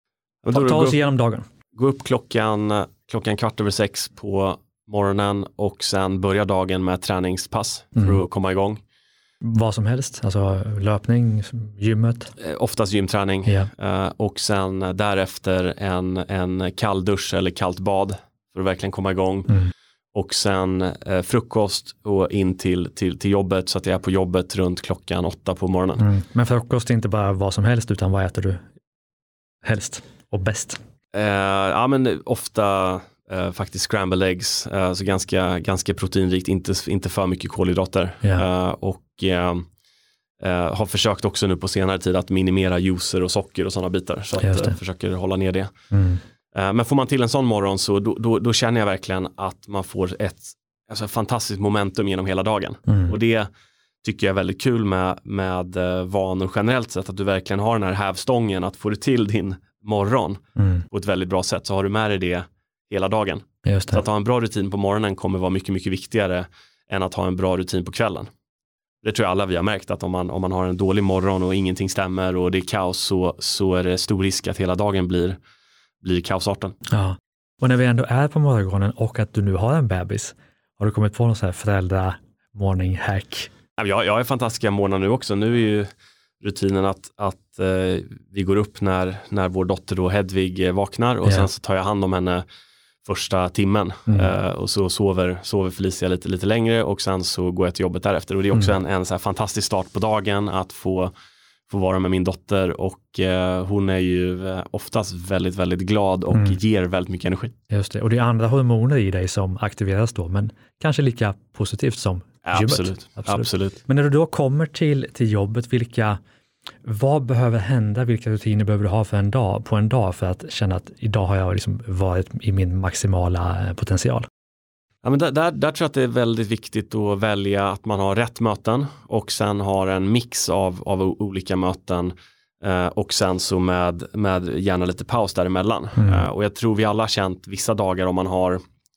Ta, ta oss igenom dagen. Gå upp klockan, klockan kvart över sex på morgonen och sen börja dagen med träningspass för mm. att komma igång. Vad som helst, alltså löpning, gymmet? Eh, oftast gymträning yeah. eh, och sen därefter en, en kall dusch eller kallt bad för att verkligen komma igång. Mm. Och sen eh, frukost och in till, till, till jobbet, så att jag är på jobbet runt klockan åtta på morgonen. Mm. Men frukost är inte bara vad som helst, utan vad äter du helst och bäst? Eh, ja men ofta eh, faktiskt scrambled eggs, eh, så ganska, ganska proteinrikt, inte, inte för mycket kolhydrater. Yeah. Eh, och eh, eh, har försökt också nu på senare tid att minimera juicer och socker och sådana bitar, så att eh, försöker hålla ner det. Mm. Eh, men får man till en sån morgon så då, då, då känner jag verkligen att man får ett alltså, fantastiskt momentum genom hela dagen. Mm. Och det tycker jag är väldigt kul med, med eh, vanor generellt sett, att du verkligen har den här hävstången att få du till din morgon mm. på ett väldigt bra sätt, så har du med dig det hela dagen. Just det. Så att ha en bra rutin på morgonen kommer vara mycket, mycket viktigare än att ha en bra rutin på kvällen. Det tror jag alla vi har märkt, att om man, om man har en dålig morgon och ingenting stämmer och det är kaos, så, så är det stor risk att hela dagen blir, blir kaosarten. Ja, och när vi ändå är på morgonen och att du nu har en bebis, har du kommit på någon sån här föräldra morning hack? Jag, jag är fantastiska morgnar nu också. Nu är ju rutinen att, att eh, vi går upp när, när vår dotter då Hedvig eh, vaknar och yeah. sen så tar jag hand om henne första timmen mm. eh, och så sover, sover Felicia lite, lite längre och sen så går jag till jobbet därefter, och det är också mm. en, en så här fantastisk start på dagen att få, få vara med min dotter, och eh, hon är ju eh, oftast väldigt, väldigt glad och mm. ger väldigt mycket energi. Just det, och det är andra hormoner i dig som aktiveras då, men kanske lika positivt som Absolut, absolut. absolut. Men när du då kommer till, till jobbet, vilka, vad behöver hända, vilka rutiner behöver du ha för en dag, på en dag för att känna att idag har jag liksom varit i min maximala potential? Ja, men där, där, där tror jag att det är väldigt viktigt att välja att man har rätt möten och sen har en mix av, av olika möten eh, och sen så med, med gärna lite paus däremellan. Mm. Eh, och jag tror vi alla har känt vissa dagar om man har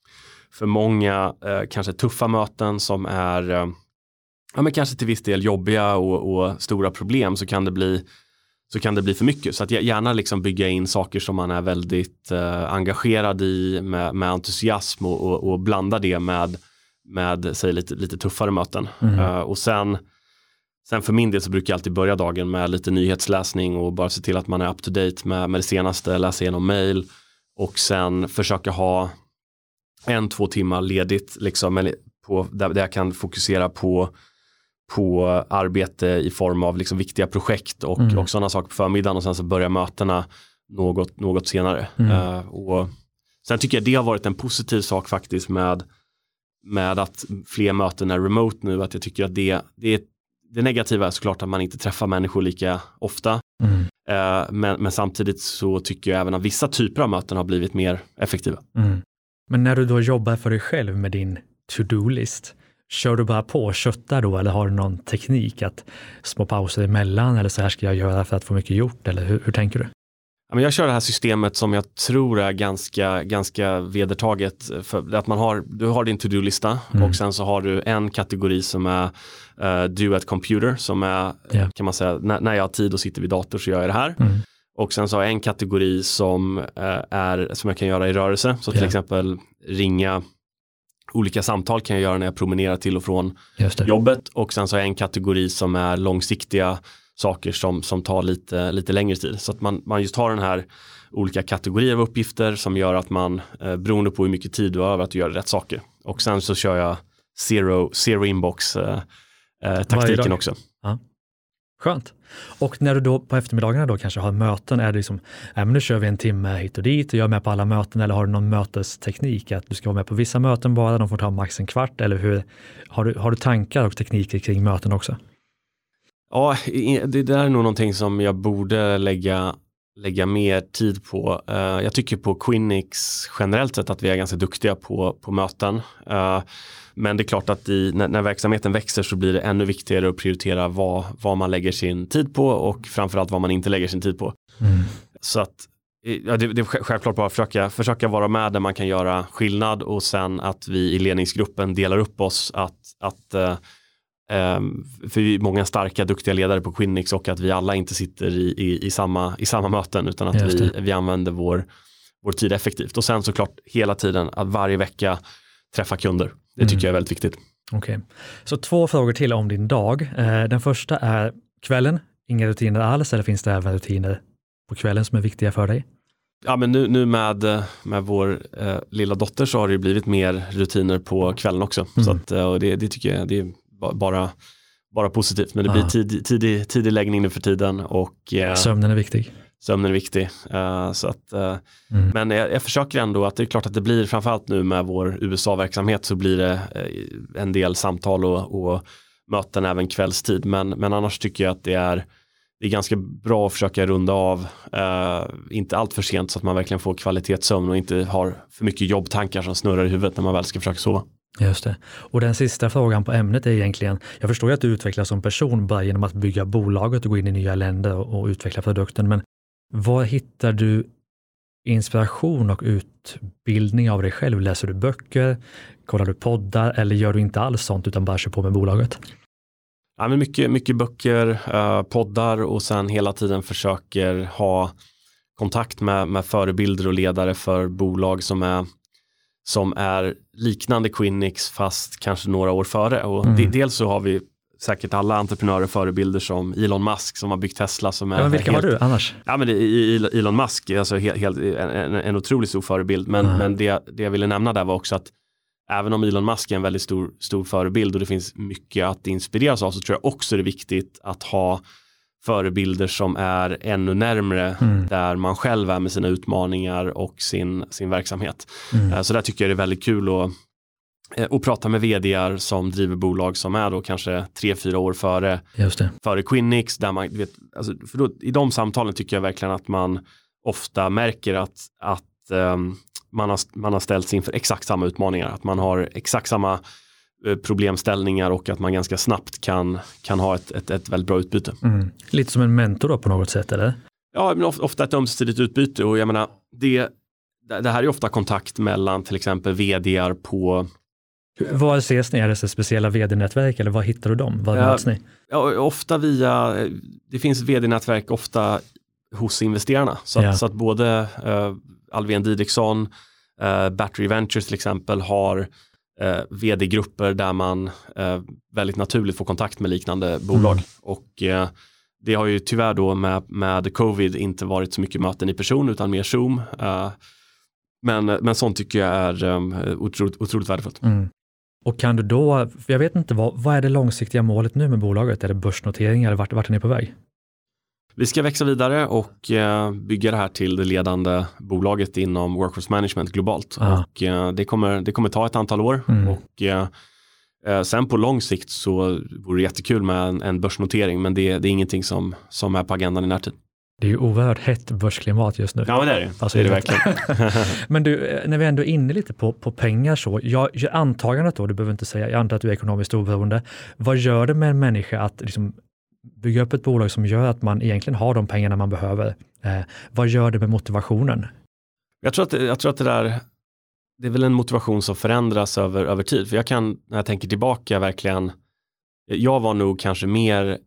för många eh, kanske tuffa möten som är eh, ja, men kanske till viss del jobbiga och, och stora problem, så kan det bli så kan det bli för mycket. Så att gärna liksom bygga in saker som man är väldigt eh, engagerad i med, med entusiasm och, och, och blanda det med, med säg, lite, lite tuffare möten. Mm. Uh, och sen, sen för min del så brukar jag alltid börja dagen med lite nyhetsläsning och bara se till att man är up to date med, med det senaste, läsa igenom mail och sen försöka ha en, två timmar ledigt liksom, på, där, där jag kan fokusera på på arbete i form av liksom viktiga projekt och, mm. och sådana saker på förmiddagen och sen så börjar mötena något, något senare. Mm. Uh, och sen tycker jag det har varit en positiv sak faktiskt med, med att fler möten är remote nu, att jag tycker att det, det, är, det negativa är såklart att man inte träffar människor lika ofta. Mm. Uh, men, men samtidigt så tycker jag även att vissa typer av möten har blivit mer effektiva. Mm. Men när du då jobbar för dig själv med din to-do-list, kör du bara på och köttar då, eller har du någon teknik att små pauser emellan, eller så här ska jag göra för att få mycket gjort, eller hur, hur tänker du? Jag kör det här systemet som jag tror är ganska, ganska vedertaget, för att man har, du har din to-do-lista mm. och sen så har du en kategori som är uh, do at computer, som är, yeah. kan man säga, när, när jag har tid och sitter vid dator så gör jag det här. Mm. Och sen så har jag en kategori som, uh, är, som jag kan göra i rörelse, så till yeah. exempel ringa olika samtal kan jag göra när jag promenerar till och från jobbet, och sen så har jag en kategori som är långsiktiga saker som, som tar lite, lite längre tid. Så att man, man just har den här olika kategorier av uppgifter som gör att man, eh, beroende på hur mycket tid du har över, att du gör rätt saker. Och sen så kör jag zero, zero inbox eh, eh, taktiken också. Ja. Skönt. Och när du då på eftermiddagarna då kanske har möten, är det liksom, äh, men nu kör vi en timme hit och dit och jag är med på alla möten, eller har du någon mötesteknik att du ska vara med på vissa möten bara, de får ta max en kvart, eller hur, har du, har du tankar och tekniker kring möten också? Ja, det där är nog någonting som jag borde lägga, lägga mer tid på. Uh, jag tycker på Quinix generellt sett att vi är ganska duktiga på, på möten. Uh, men det är klart att i, när, när verksamheten växer så blir det ännu viktigare att prioritera vad, vad man lägger sin tid på, och framförallt vad man inte lägger sin tid på. Mm. Så att ja, det, det är självklart bara att försöka, försöka vara med där man kan göra skillnad, och sen att vi i ledningsgruppen delar upp oss att, att uh, Um, för vi är många starka, duktiga ledare på Quinix, och att vi alla inte sitter i, i, i, samma, i samma möten, utan att vi, vi använder vår, vår tid effektivt. Och sen såklart hela tiden att varje vecka träffa kunder. Det tycker mm. jag är väldigt viktigt. Okej, okay. Så två frågor till om din dag. Uh, den första är kvällen. Inga rutiner alls, eller finns det även rutiner på kvällen som är viktiga för dig? Ja, men nu, nu med, med vår uh, lilla dotter så har det blivit mer rutiner på kvällen också. Mm. Så att, uh, och det, det tycker jag det är Bara, bara positivt, men det blir tid, tidig, tidig läggning nu för tiden, och eh, sömnen är viktig. Sömnen är viktig. Uh, så att, uh, mm. Men jag, jag försöker ändå att det är klart att det blir, framförallt nu med vår U S A-verksamhet så blir det uh, en del samtal och, och möten även kvällstid, men, men annars tycker jag att det är, det är ganska bra att försöka runda av, uh, inte allt för sent, så att man verkligen får kvalitetssömn och inte har för mycket jobbtankar som snurrar i huvudet när man väl ska försöka sova. Just det. Och den sista frågan på ämnet är egentligen, jag förstår ju att du utvecklas som person bara genom att bygga bolaget och gå in i nya länder och, och utveckla produkten, men var hittar du inspiration och utbildning av dig själv? Läser du böcker, kollar du poddar, eller gör du inte alls sånt utan bara kör på med bolaget? Ja, men mycket, mycket böcker, uh, poddar, och sen hela tiden försöker ha kontakt med, med förebilder och ledare för bolag som är som är liknande Quinix fast kanske några år före. Och mm. dels så har vi säkert alla entreprenörer förebilder som Elon Musk som har byggt Tesla. Som är ja, vilka helt, har du annars? Ja, men det är Elon Musk, alltså helt, helt, en, en otroligt stor förebild. Men, mm. men det, det jag ville nämna där var också att även om Elon Musk är en väldigt stor, stor förebild och det finns mycket att inspireras av, så tror jag också det är viktigt att ha förebilder som är ännu närmare mm. där man själv är med sina utmaningar och sin, sin verksamhet. Mm. Så där tycker jag det är väldigt kul att, att prata med vd:ar som driver bolag som är då kanske tre, fyra år före, Just det. före Quinix. Där man, vet, alltså, för då, i de samtalen tycker jag verkligen att man ofta märker att, att um, man, har, man har ställts inför exakt samma utmaningar. Att man har exakt samma problemställningar och att man ganska snabbt kan, kan ha ett, ett, ett väldigt bra utbyte. Mm. Lite som en mentor då på något sätt, eller? Ja, men ofta ett ömsesidigt utbyte, och jag menar, det, det här är ofta kontakt mellan till exempel vd:ar på... Var ses ni? Är det så speciella vd-nätverk, eller var hittar du dem? Var möts ni? Ja, ofta via, det finns vd-nätverk ofta hos investerarna. Så att, ja. så att både uh, Alvén Didriksson, uh, Battery Ventures till exempel har Eh, vd-grupper där man eh, väldigt naturligt får kontakt med liknande bolag. Mm. Och eh, det har ju tyvärr då med, med covid inte varit så mycket möten i person utan mer Zoom. Eh, men, men sånt tycker jag är um, otroligt, otroligt värdefullt. Mm. Och kan du då, jag vet inte, vad, vad är det långsiktiga målet nu med bolaget? Är det börsnotering eller vart, vart är ni på väg? Vi ska växa vidare och eh, bygga det här till det ledande bolaget inom workforce management globalt. Ah. Och eh, det, kommer, det kommer ta ett antal år. Mm. Och eh, sen på lång sikt så vore det jättekul med en, en börsnotering, men det, det är ingenting som, som är på agendan i närtid. Det är ju oerhört hett börsklimat just nu. Ja, men det är det. Alltså, det är det verkligen. Men du, när vi ändå är inne lite på, på pengar så, jag, jag antagandet då, du behöver inte säga, jag antar att du är ekonomiskt oberoende. Vad gör det med en människa att liksom bygga upp ett bolag som gör att man egentligen har de pengarna man behöver? Eh, vad gör det med motivationen? Jag tror att, jag tror att det där, det är väl en motivation som förändras över, över tid. För jag kan, när jag tänker tillbaka verkligen, jag var nog kanske mer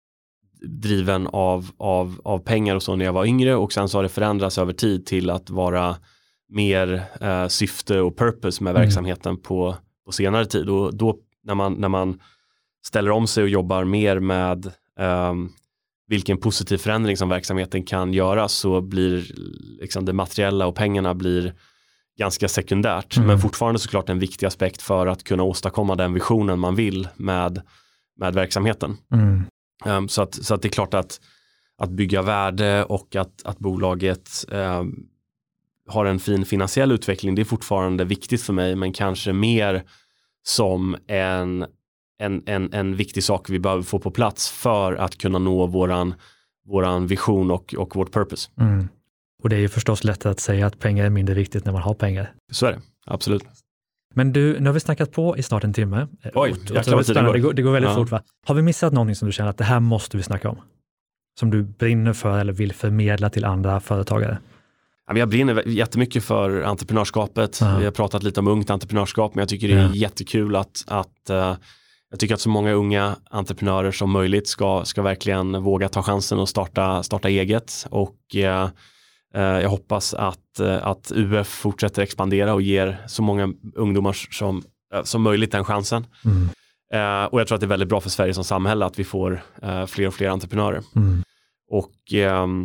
driven av, av, av pengar och så när jag var yngre, och sen så har det förändrats över tid till att vara mer eh, syfte och purpose med mm. verksamheten på, på senare tid. Och då när man, när man ställer om sig och jobbar mer med eh, vilken positiv förändring som verksamheten kan göra, så blir liksom det materiella och pengarna blir ganska sekundärt. Mm. Men fortfarande såklart en viktig aspekt för att kunna åstadkomma den visionen man vill med, med verksamheten. Mm. Um, så, att, så att det är klart att, att bygga värde och att, att bolaget um, har en fin finansiell utveckling, det är fortfarande viktigt för mig, men kanske mer som en, en, en, en viktig sak vi behöver få på plats för att kunna nå våran, våran vision och, och vårt purpose. Mm. Och det är ju förstås lättare att säga att pengar är mindre viktigt när man har pengar. Så är det, absolut. Men du, nu har vi snackat på i snart en timme. Oj, och, och det, går. Det, går, det går väldigt ja. fort, va? Har vi missat någonting som du känner att det här måste vi snacka om? Som du brinner för eller vill förmedla till andra företagare? Ja, jag brinner jättemycket för entreprenörskapet. Uh-huh. Vi har pratat lite om ungt entreprenörskap, men jag tycker det är uh-huh. jättekul att, att uh, jag tycker att så många unga entreprenörer som möjligt ska, ska verkligen våga ta chansen och starta, starta eget. Och uh, jag hoppas att, att U F fortsätter expandera och ger så många ungdomar som, som möjligt den chansen. Mm. Uh, och jag tror att det är väldigt bra för Sverige som samhälle att vi får uh, fler och fler entreprenörer. Mm. Och um,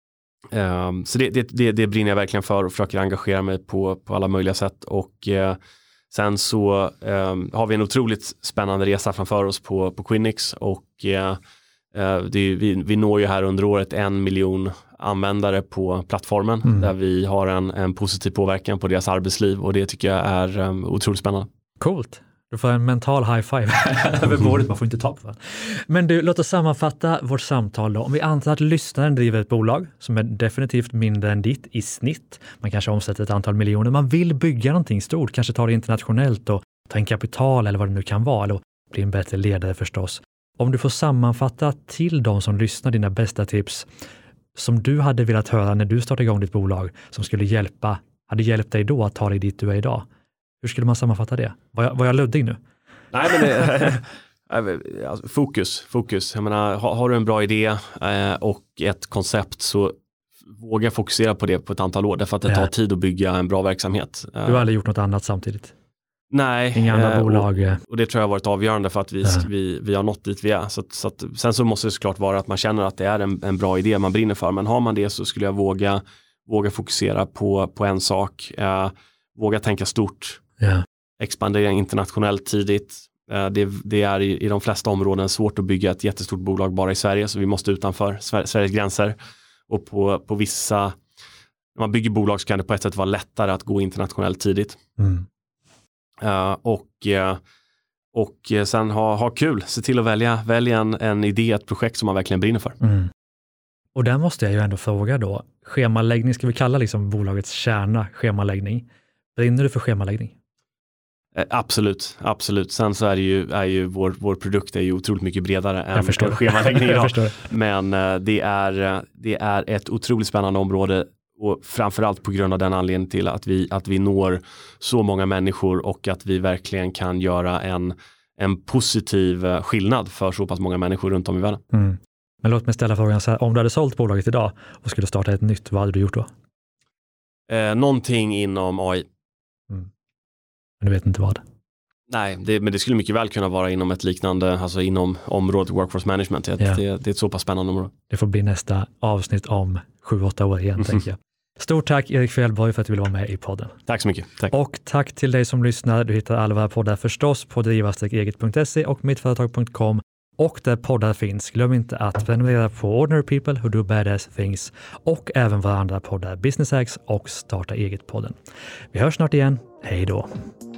um, så det, det, det, det brinner jag verkligen för och försöker engagera mig på, på alla möjliga sätt. Och uh, sen så um, har vi en otroligt spännande resa framför oss på, på Quinix. Och uh, uh, det, vi, vi når ju här under året en miljon användare på plattformen mm. där vi har en, en positiv påverkan på deras arbetsliv, och det tycker jag är um, otroligt spännande. Coolt. Du får en mental high five över bordet, man får inte ta på det. Men du, låt oss sammanfatta vårt samtal då. Om vi antar att lyssnaren driver ett bolag som är definitivt mindre än ditt i snitt, man kanske omsätter ett antal miljoner, man vill bygga någonting stort, kanske ta det internationellt och ta in kapital eller vad det nu kan vara, eller bli en bättre ledare förstås. Om du får sammanfatta till de som lyssnar dina bästa tips som du hade velat höra när du startade igång ditt bolag, som skulle hjälpa, hade hjälpt dig då att ta dig dit du är idag. Hur skulle man sammanfatta det? Var jag, var jag luddig nu? Nej, men det, alltså, fokus, fokus. Jag menar, har, har du en bra idé eh, och ett koncept, så våga fokusera på det på ett antal år, därför att det ja. tar tid att bygga en bra verksamhet. Du har aldrig gjort något annat samtidigt? Nej, Inga andra eh, bolag. Och, och det tror jag har varit avgörande för att vi, ja. vi, vi har nått dit vi är. Så, så att, sen så måste det såklart vara att man känner att det är en, en bra idé man brinner för. Men har man det, så skulle jag våga, våga fokusera på, på en sak. Eh, våga tänka stort. Ja. Expandera internationellt tidigt. Eh, det, det är i, i de flesta områden svårt att bygga ett jättestort bolag bara i Sverige. Så vi måste utanför Sver- Sveriges gränser. Och på, på vissa, när man bygger bolag så kan det på ett sätt vara lättare att gå internationellt tidigt. Mm. Uh, och, uh, och sen ha, ha kul, se till att välja, välja en, en idé, ett projekt som man verkligen brinner för. Mm. Och där måste jag ju ändå fråga då, schemaläggning, ska vi kalla liksom bolagets kärna schemaläggning? Brinner du för schemaläggning? Uh, absolut, absolut. Sen så är det ju, är ju vår, vår produkt är ju otroligt mycket bredare än schemaläggning idag. Men uh, det, är, det är ett otroligt spännande område. Och framförallt på grund av den anledningen till att vi, att vi når så många människor och att vi verkligen kan göra en, en positiv skillnad för så pass många människor runt om i världen. Mm. Men låt mig ställa frågan så här, om du hade sålt bolaget idag och skulle starta ett nytt, vad hade du gjort då? Eh, någonting inom A I. Mm. Men du vet inte vad? Nej, det, men det skulle mycket väl kunna vara inom ett liknande, alltså inom området workforce management. Det, ja. det, det är ett så pass spännande område. Det får bli nästa avsnitt om sju, åtta år igen, tänker jag. Stort tack Erik Fjällborg för att du ville vara med i podden. Tack så mycket. Tack. Och tack till dig som lyssnar. Du hittar alla våra poddar förstås på driva eget punkt se och mittföretag punkt com och där poddar finns. Glöm inte att prenumerera på Ordinary People Who Do Badass Things och även våra andra poddar Business Hacks och Starta Eget-podden. Vi hörs snart igen. Hej då!